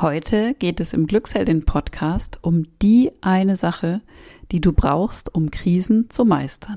Heute geht es im Glücksheldin-Podcast um die eine Sache, die du brauchst, um Krisen zu meistern.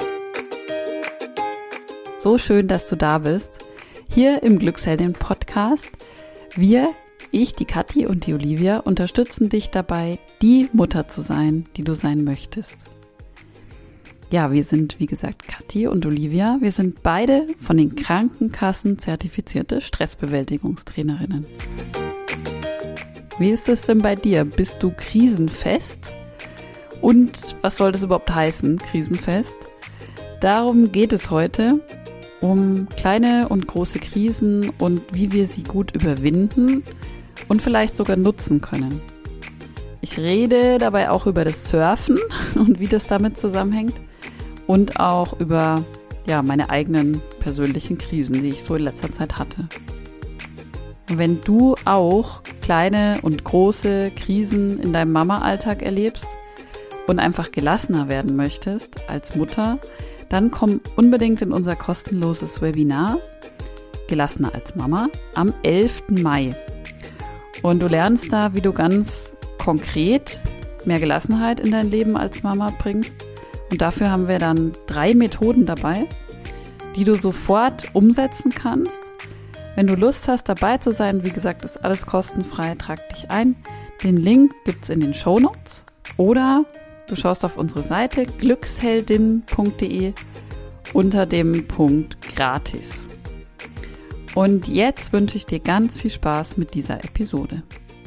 So schön, dass du da bist. Hier im Glücksheldin-Podcast. Ich, die Kathi und die Olivia, unterstützen dich dabei, die Mutter zu sein, die du sein möchtest. Ja, wir sind, wie gesagt, Kathi und Olivia. Wir sind beide von den Krankenkassen zertifizierte Stressbewältigungstrainerinnen. Wie ist es denn bei dir? Bist du krisenfest? Und was soll das überhaupt heißen, krisenfest? Darum geht es heute, um kleine und große Krisen und wie wir sie gut überwinden und vielleicht sogar nutzen können. Ich rede dabei auch über das Surfen und wie das damit zusammenhängt und auch über meine eigenen persönlichen Krisen, die ich so in letzter Zeit hatte. Und wenn du auch kleine und große Krisen in deinem Mama-Alltag erlebst und einfach gelassener werden möchtest als Mutter, dann komm unbedingt in unser kostenloses Webinar Gelassener als Mama am 11. Mai. Und du lernst da, wie du ganz konkret mehr Gelassenheit in dein Leben als Mama bringst. Und dafür haben wir dann 3 Methoden dabei, die du sofort umsetzen kannst. Wenn du Lust hast, dabei zu sein, wie gesagt, ist alles kostenfrei, trag dich ein. Den Link gibt's in den Shownotes oder du schaust auf unsere Seite glücksheldin.de unter dem Punkt gratis. Und jetzt wünsche ich dir ganz viel Spaß mit dieser Episode.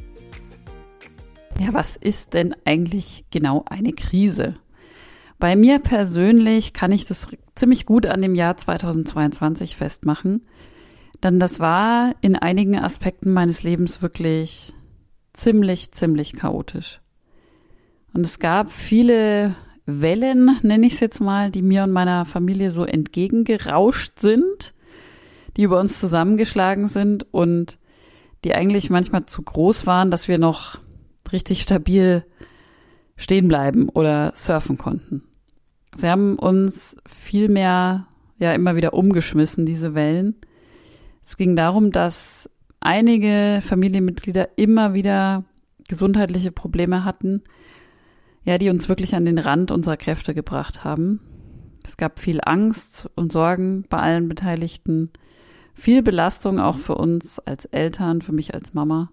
Ja, was ist denn eigentlich genau eine Krise? Bei mir persönlich kann ich das ziemlich gut an dem Jahr 2022 festmachen. Denn das war in einigen Aspekten meines Lebens wirklich ziemlich chaotisch. Und es gab viele Wellen, nenne ich es jetzt mal, die mir und meiner Familie so entgegengerauscht sind, die über uns zusammengeschlagen sind und die eigentlich manchmal zu groß waren, dass wir noch richtig stabil stehen bleiben oder surfen konnten. Sie haben uns viel mehr immer wieder umgeschmissen, diese Wellen. Es ging darum, dass einige Familienmitglieder immer wieder gesundheitliche Probleme hatten, die uns wirklich an den Rand unserer Kräfte gebracht haben. Es gab viel Angst und Sorgen bei allen Beteiligten, viel Belastung auch für uns als Eltern, für mich als Mama.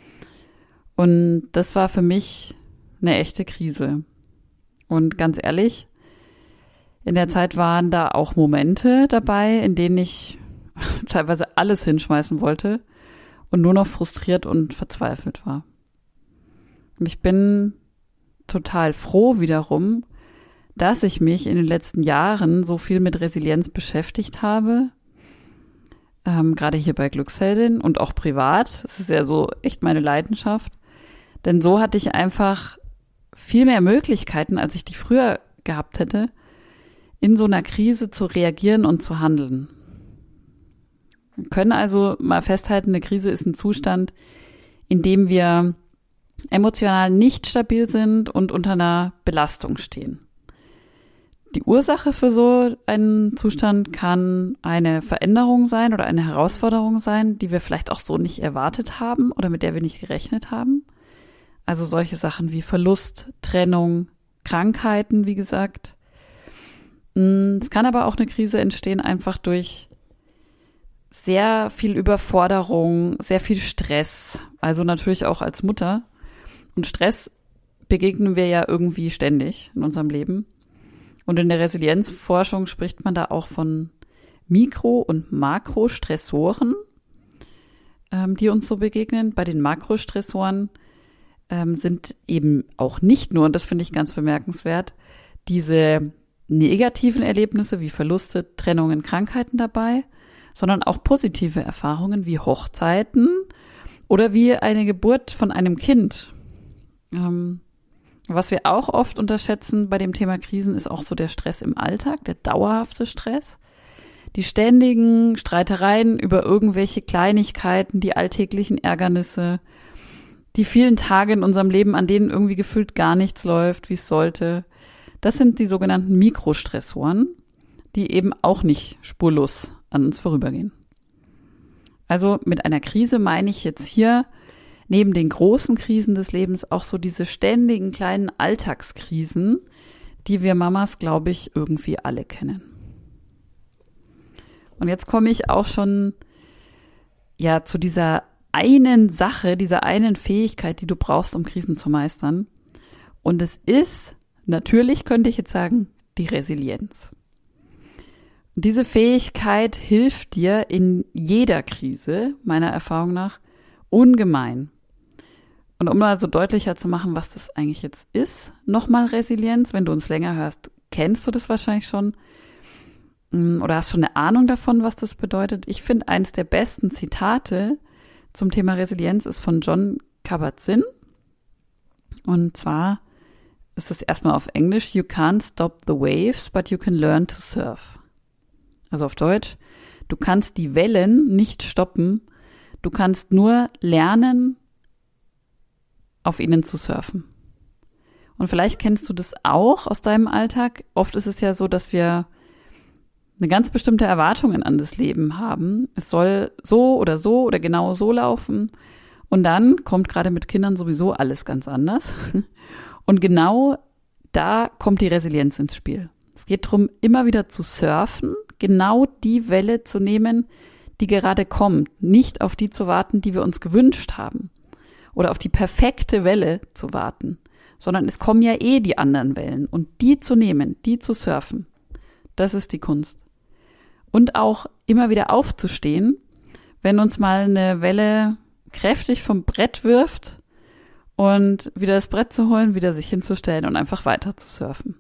Und das war für mich eine echte Krise. Und ganz ehrlich, in der Zeit waren da auch Momente dabei, in denen ich teilweise alles hinschmeißen wollte und nur noch frustriert und verzweifelt war. Und ich bin total froh wiederum, dass ich mich in den letzten Jahren so viel mit Resilienz beschäftigt habe, gerade hier bei Glücksheldin und auch privat. Das ist ja so echt meine Leidenschaft, denn so hatte ich einfach viel mehr Möglichkeiten, als ich die früher gehabt hätte, in so einer Krise zu reagieren und zu handeln. Wir können also mal festhalten, eine Krise ist ein Zustand, in dem wir emotional nicht stabil sind und unter einer Belastung stehen. Die Ursache für so einen Zustand kann eine Veränderung sein oder eine Herausforderung sein, die wir vielleicht auch so nicht erwartet haben oder mit der wir nicht gerechnet haben. Also solche Sachen wie Verlust, Trennung, Krankheiten, wie gesagt. Es kann aber auch eine Krise entstehen einfach durch sehr viel Überforderung, sehr viel Stress, also natürlich auch als Mutter. Und Stress begegnen wir ja irgendwie ständig in unserem Leben. Und in der Resilienzforschung spricht man da auch von Mikro- und Makrostressoren, die uns so begegnen. Bei den Makrostressoren sind eben auch nicht nur, und das finde ich ganz bemerkenswert, diese negativen Erlebnisse wie Verluste, Trennungen, Krankheiten dabei, sondern auch positive Erfahrungen wie Hochzeiten oder wie eine Geburt von einem Kind. Was wir auch oft unterschätzen bei dem Thema Krisen ist auch so der Stress im Alltag, der dauerhafte Stress. Die ständigen Streitereien über irgendwelche Kleinigkeiten, die alltäglichen Ärgernisse, die vielen Tage in unserem Leben, an denen irgendwie gefühlt gar nichts läuft, wie es sollte. Das sind die sogenannten Mikrostressoren, die eben auch nicht spurlos an uns vorübergehen. Also mit einer Krise meine ich jetzt hier neben den großen Krisen des Lebens auch so diese ständigen kleinen Alltagskrisen, die wir Mamas, glaube ich, irgendwie alle kennen. Und jetzt komme ich auch schon zu dieser einen Sache, dieser einen Fähigkeit, die du brauchst, um Krisen zu meistern. Und es ist, natürlich könnte ich jetzt sagen, die Resilienz. Und diese Fähigkeit hilft dir in jeder Krise, meiner Erfahrung nach, ungemein. Und um mal so deutlicher zu machen, was das eigentlich jetzt ist, nochmal Resilienz, wenn du uns länger hörst, kennst du das wahrscheinlich schon oder hast schon eine Ahnung davon, was das bedeutet. Ich finde, eines der besten Zitate zum Thema Resilienz ist von Jon Kabat-Zinn. Und zwar ist es erstmal auf Englisch: You can't stop the waves, but you can learn to surf. Also auf Deutsch: Du kannst die Wellen nicht stoppen, du kannst nur lernen, auf ihnen zu surfen. Und vielleicht kennst du das auch aus deinem Alltag. Oft ist es ja so, dass wir eine ganz bestimmte Erwartungen an das Leben haben. Es soll so oder genau so laufen. Und dann kommt gerade mit Kindern sowieso alles ganz anders. Und genau da kommt die Resilienz ins Spiel. Es geht darum, immer wieder zu surfen, genau die Welle zu nehmen, die gerade kommt, nicht auf die zu warten, die wir uns gewünscht haben. Oder auf die perfekte Welle zu warten, sondern es kommen ja die anderen Wellen und die zu nehmen, die zu surfen, das ist die Kunst. Und auch immer wieder aufzustehen, wenn uns mal eine Welle kräftig vom Brett wirft und wieder das Brett zu holen, wieder sich hinzustellen und einfach weiter zu surfen.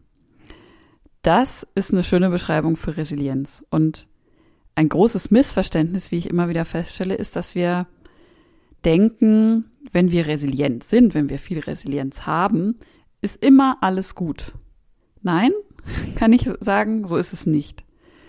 Das ist eine schöne Beschreibung für Resilienz. Und ein großes Missverständnis, wie ich immer wieder feststelle, ist, dass wir denken, wenn wir resilient sind, wenn wir viel Resilienz haben, ist immer alles gut. Nein, kann ich sagen, so ist es nicht.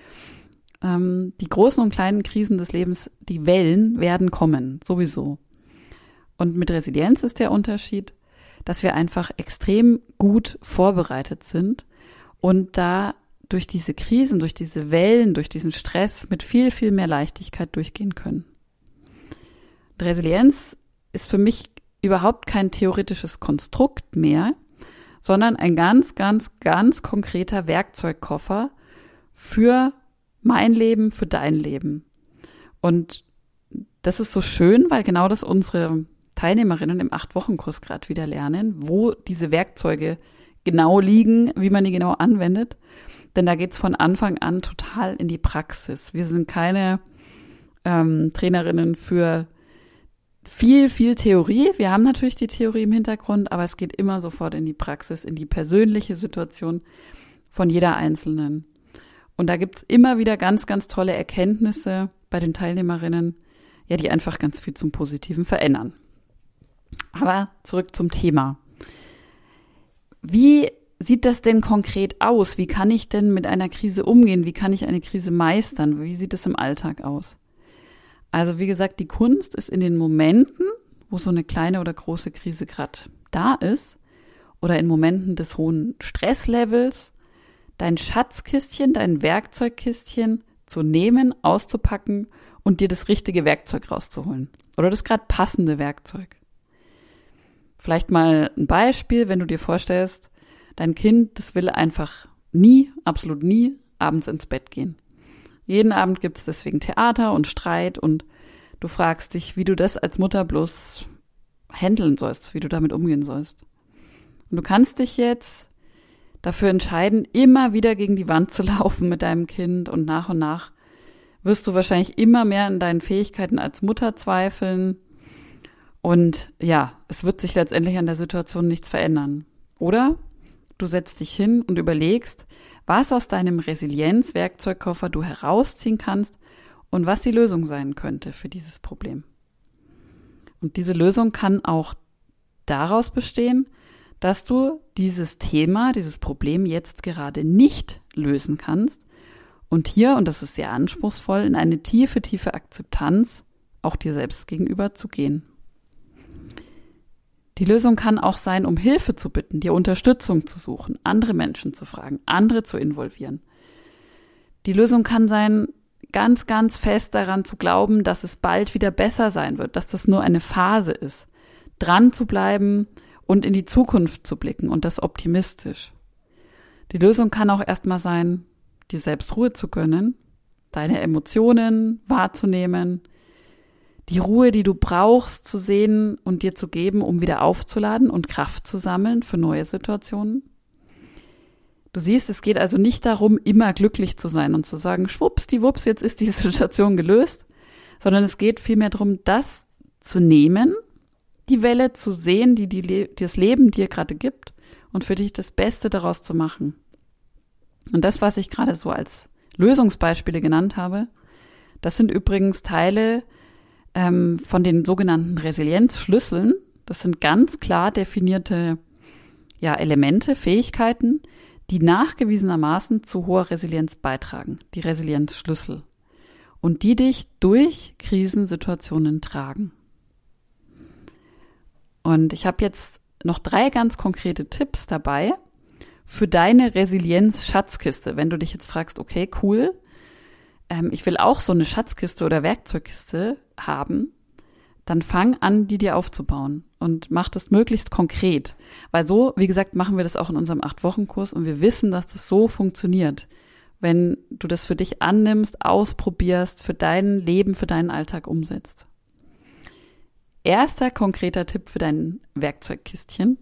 Die großen und kleinen Krisen des Lebens, die Wellen werden kommen, sowieso. Und mit Resilienz ist der Unterschied, dass wir einfach extrem gut vorbereitet sind und da durch diese Krisen, durch diese Wellen, durch diesen Stress mit viel, viel mehr Leichtigkeit durchgehen können. Resilienz ist für mich überhaupt kein theoretisches Konstrukt mehr, sondern ein ganz, ganz, ganz konkreter Werkzeugkoffer für mein Leben, für dein Leben. Und das ist so schön, weil genau das unsere Teilnehmerinnen im 8-Wochen-Kurs gerade wieder lernen, wo diese Werkzeuge genau liegen, wie man die genau anwendet. Denn da geht's von Anfang an total in die Praxis. Wir sind keine Trainerinnen für viel, viel Theorie. Wir haben natürlich die Theorie im Hintergrund, aber es geht immer sofort in die Praxis, in die persönliche Situation von jeder Einzelnen. Und da gibt's immer wieder ganz, ganz tolle Erkenntnisse bei den Teilnehmerinnen, die einfach ganz viel zum Positiven verändern. Aber zurück zum Thema. Wie sieht das denn konkret aus? Wie kann ich denn mit einer Krise umgehen? Wie kann ich eine Krise meistern? Wie sieht es im Alltag aus? Also wie gesagt, die Kunst ist in den Momenten, wo so eine kleine oder große Krise gerade da ist oder in Momenten des hohen Stresslevels, dein Schatzkistchen, dein Werkzeugkistchen zu nehmen, auszupacken und dir das richtige Werkzeug rauszuholen oder das gerade passende Werkzeug. Vielleicht mal ein Beispiel, wenn du dir vorstellst, dein Kind, das will einfach nie, absolut nie, abends ins Bett gehen. Jeden Abend gibt es deswegen Theater und Streit und du fragst dich, wie du das als Mutter bloß handeln sollst, wie du damit umgehen sollst. Und du kannst dich jetzt dafür entscheiden, immer wieder gegen die Wand zu laufen mit deinem Kind und nach wirst du wahrscheinlich immer mehr an deinen Fähigkeiten als Mutter zweifeln und es wird sich letztendlich an der Situation nichts verändern. Oder du setzt dich hin und überlegst, was aus deinem Resilienz-Werkzeugkoffer du herausziehen kannst und was die Lösung sein könnte für dieses Problem. Und diese Lösung kann auch daraus bestehen, dass du dieses Thema, dieses Problem jetzt gerade nicht lösen kannst und hier, und das ist sehr anspruchsvoll, in eine tiefe, tiefe Akzeptanz auch dir selbst gegenüber zu gehen. Die Lösung kann auch sein, um Hilfe zu bitten, dir Unterstützung zu suchen, andere Menschen zu fragen, andere zu involvieren. Die Lösung kann sein, ganz, ganz fest daran zu glauben, dass es bald wieder besser sein wird, dass das nur eine Phase ist, dran zu bleiben und in die Zukunft zu blicken und das optimistisch. Die Lösung kann auch erstmal sein, dir selbst Ruhe zu gönnen, deine Emotionen wahrzunehmen, die Ruhe, die du brauchst, zu sehen und dir zu geben, um wieder aufzuladen und Kraft zu sammeln für neue Situationen. Du siehst, es geht also nicht darum, immer glücklich zu sein und zu sagen, schwuppsdiwupps, jetzt ist die Situation gelöst, sondern es geht vielmehr darum, das zu nehmen, die Welle zu sehen, die das Leben dir gerade gibt und für dich das Beste daraus zu machen. Und das, was ich gerade so als Lösungsbeispiele genannt habe, das sind übrigens Teile von den sogenannten Resilienzschlüsseln. Das sind ganz klar definierte Elemente, Fähigkeiten, die nachgewiesenermaßen zu hoher Resilienz beitragen, die Resilienzschlüssel, und die dich durch Krisensituationen tragen. Und ich habe jetzt noch 3 ganz konkrete Tipps dabei für deine Resilienz-Schatzkiste. Wenn du dich jetzt fragst, okay, cool, ich will auch so eine Schatzkiste oder Werkzeugkiste haben, dann fang an, die dir aufzubauen und mach das möglichst konkret. Weil so, wie gesagt, machen wir das auch in unserem 8-Wochen-Kurs und wir wissen, dass das so funktioniert. Wenn du das für dich annimmst, ausprobierst, für dein Leben, für deinen Alltag umsetzt. Erster konkreter Tipp für dein Werkzeugkistchen: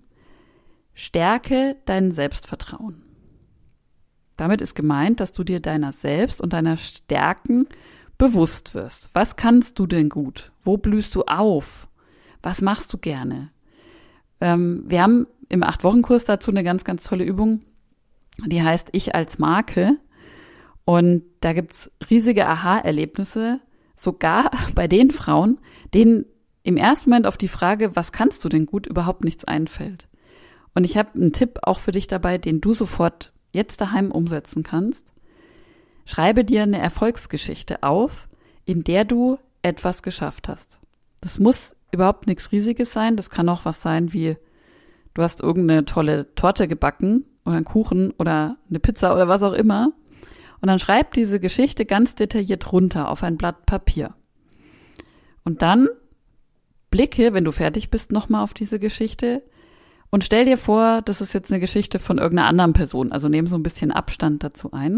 Stärke dein Selbstvertrauen. Damit ist gemeint, dass du dir deiner selbst und deiner Stärken bewusst wirst. Was kannst du denn gut? Wo blühst du auf? Was machst du gerne? Wir haben im 8-Wochen-Kurs dazu eine ganz, ganz tolle Übung, die heißt Ich als Marke. Und da gibt's riesige Aha-Erlebnisse, sogar bei den Frauen, denen im ersten Moment auf die Frage, was kannst du denn gut, überhaupt nichts einfällt. Und ich habe einen Tipp auch für dich dabei, den du sofort jetzt daheim umsetzen kannst. Schreibe dir eine Erfolgsgeschichte auf, in der du etwas geschafft hast. Das muss überhaupt nichts Riesiges sein. Das kann auch was sein wie, du hast irgendeine tolle Torte gebacken oder einen Kuchen oder eine Pizza oder was auch immer. Und dann schreib diese Geschichte ganz detailliert runter auf ein Blatt Papier. Und dann blicke, wenn du fertig bist, nochmal auf diese Geschichte und stell dir vor, das ist jetzt eine Geschichte von irgendeiner anderen Person. Also nimm so ein bisschen Abstand dazu ein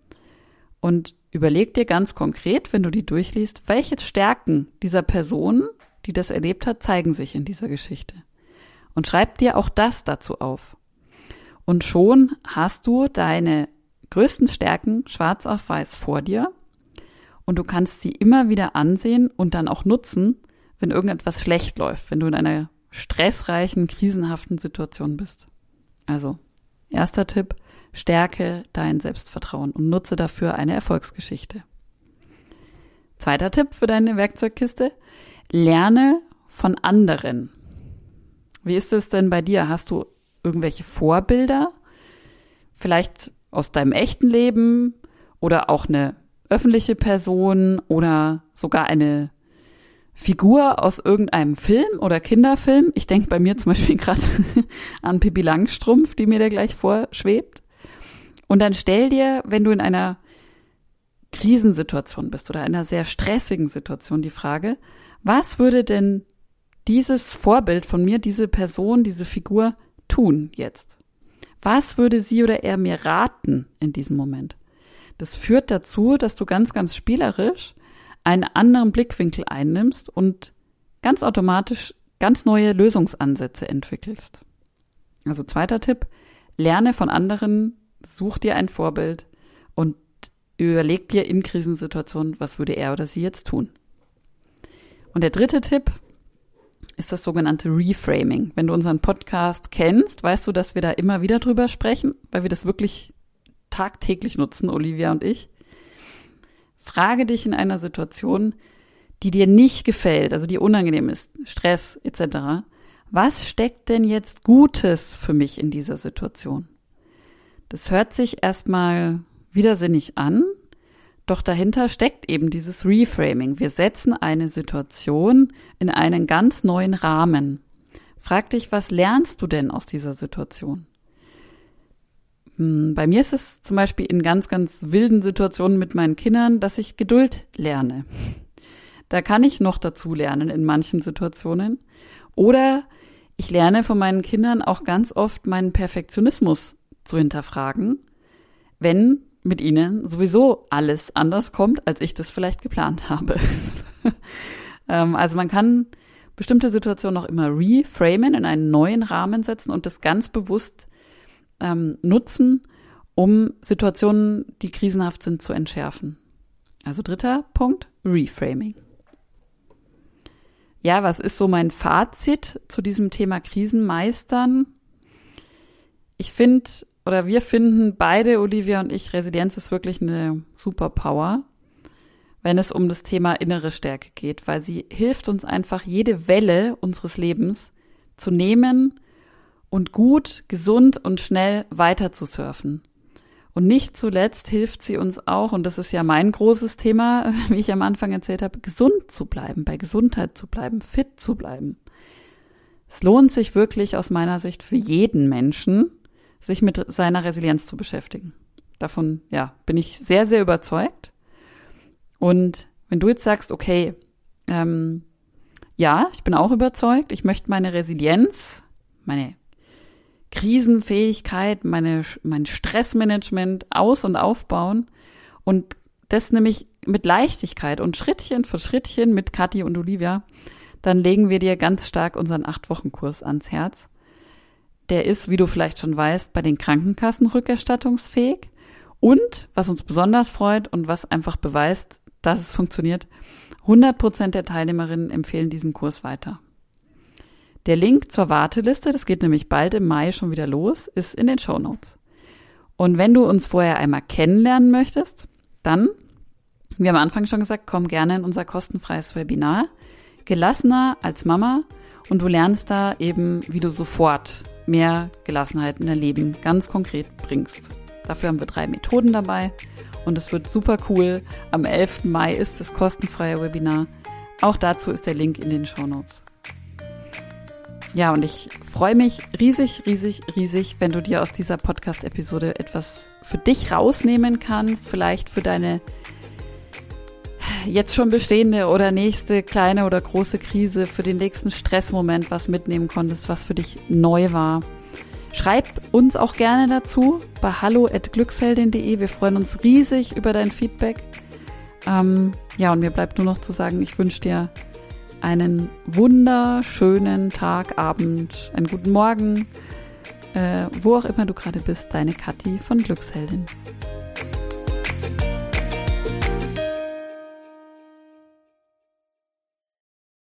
und überleg dir ganz konkret, wenn du die durchliest, welche Stärken dieser Person, die das erlebt hat, zeigen sich in dieser Geschichte. Und schreib dir auch das dazu auf. Und schon hast du deine größten Stärken schwarz auf weiß vor dir und du kannst sie immer wieder ansehen und dann auch nutzen, wenn irgendetwas schlecht läuft, wenn du in einer stressreichen, krisenhaften Situation bist. Also, erster Tipp: Stärke dein Selbstvertrauen und nutze dafür eine Erfolgsgeschichte. Zweiter Tipp für deine Werkzeugkiste: Lerne von anderen. Wie ist es denn bei dir? Hast du irgendwelche Vorbilder? Vielleicht aus deinem echten Leben oder auch eine öffentliche Person oder sogar eine Figur aus irgendeinem Film oder Kinderfilm. Ich denke bei mir zum Beispiel gerade an Pippi Langstrumpf, die mir da gleich vorschwebt. Und dann stell dir, wenn du in einer Krisensituation bist oder einer sehr stressigen Situation, die Frage, was würde denn dieses Vorbild von mir, diese Person, diese Figur tun jetzt? Was würde sie oder er mir raten in diesem Moment? Das führt dazu, dass du ganz, ganz spielerisch einen anderen Blickwinkel einnimmst und ganz automatisch ganz neue Lösungsansätze entwickelst. Also zweiter Tipp: Lerne von anderen, such dir ein Vorbild und überleg dir in Krisensituationen, was würde er oder sie jetzt tun. Und der dritte Tipp ist das sogenannte Reframing. Wenn du unseren Podcast kennst, weißt du, dass wir da immer wieder drüber sprechen, weil wir das wirklich tagtäglich nutzen, Olivia und ich. Frage dich in einer Situation, die dir nicht gefällt, also die unangenehm ist, Stress etc., was steckt denn jetzt Gutes für mich in dieser Situation? Das hört sich erstmal widersinnig an, doch dahinter steckt eben dieses Reframing. Wir setzen eine Situation in einen ganz neuen Rahmen. Frag dich, was lernst du denn aus dieser Situation? Bei mir ist es zum Beispiel in ganz, ganz wilden Situationen mit meinen Kindern, dass ich Geduld lerne. Da kann ich noch dazu lernen in manchen Situationen. Oder ich lerne von meinen Kindern auch ganz oft meinen Perfektionismus zu hinterfragen, wenn mit ihnen sowieso alles anders kommt, als ich das vielleicht geplant habe. Also man kann bestimmte Situationen auch immer reframen, in einen neuen Rahmen setzen und das ganz bewusst nutzen, um Situationen, die krisenhaft sind, zu entschärfen. Also 3. Punkt, Reframing. Ja, was ist so mein Fazit zu diesem Thema Krisen meistern? Wir finden beide, Olivia und ich, Resilienz ist wirklich eine Superpower, wenn es um das Thema innere Stärke geht, weil sie hilft uns einfach, jede Welle unseres Lebens zu nehmen und gut, gesund und schnell weiter zu surfen. Und nicht zuletzt hilft sie uns auch, und das ist ja mein großes Thema, wie ich am Anfang erzählt habe, gesund zu bleiben, bei Gesundheit zu bleiben, fit zu bleiben. Es lohnt sich wirklich aus meiner Sicht für jeden Menschen, sich mit seiner Resilienz zu beschäftigen. Davon, bin ich sehr, sehr überzeugt. Und wenn du jetzt sagst, okay, ich bin auch überzeugt, ich möchte meine Resilienz, meine Krisenfähigkeit, mein Stressmanagement aus- und aufbauen und das nämlich mit Leichtigkeit und Schrittchen für Schrittchen mit Kathi und Olivia, dann legen wir dir ganz stark unseren 8-Wochen-Kurs ans Herz. Der ist, wie du vielleicht schon weißt, bei den Krankenkassen rückerstattungsfähig und, was uns besonders freut und was einfach beweist, dass es funktioniert, 100% der Teilnehmerinnen empfehlen diesen Kurs weiter. Der Link zur Warteliste, das geht nämlich bald im Mai schon wieder los, ist in den Shownotes. Und wenn du uns vorher einmal kennenlernen möchtest, dann, wie am Anfang schon gesagt, komm gerne in unser kostenfreies Webinar, Gelassener als Mama, und du lernst da eben, wie du sofort mehr Gelassenheit in dein Leben ganz konkret bringst. Dafür haben wir 3 Methoden dabei und es wird super cool. Am 11. Mai ist das kostenfreie Webinar. Auch dazu ist der Link in den Shownotes. Ja, und ich freue mich riesig, riesig, riesig, wenn du dir aus dieser Podcast-Episode etwas für dich rausnehmen kannst, vielleicht für deine jetzt schon bestehende oder nächste kleine oder große Krise, für den nächsten Stressmoment was mitnehmen konntest, was für dich neu war. Schreib uns auch gerne dazu bei hallo@glücksheldin.de. Wir freuen uns riesig über dein Feedback. Und mir bleibt nur noch zu sagen, ich wünsche dir einen wunderschönen Tag, Abend, einen guten Morgen, wo auch immer du gerade bist, deine Kathi von Glücksheldin.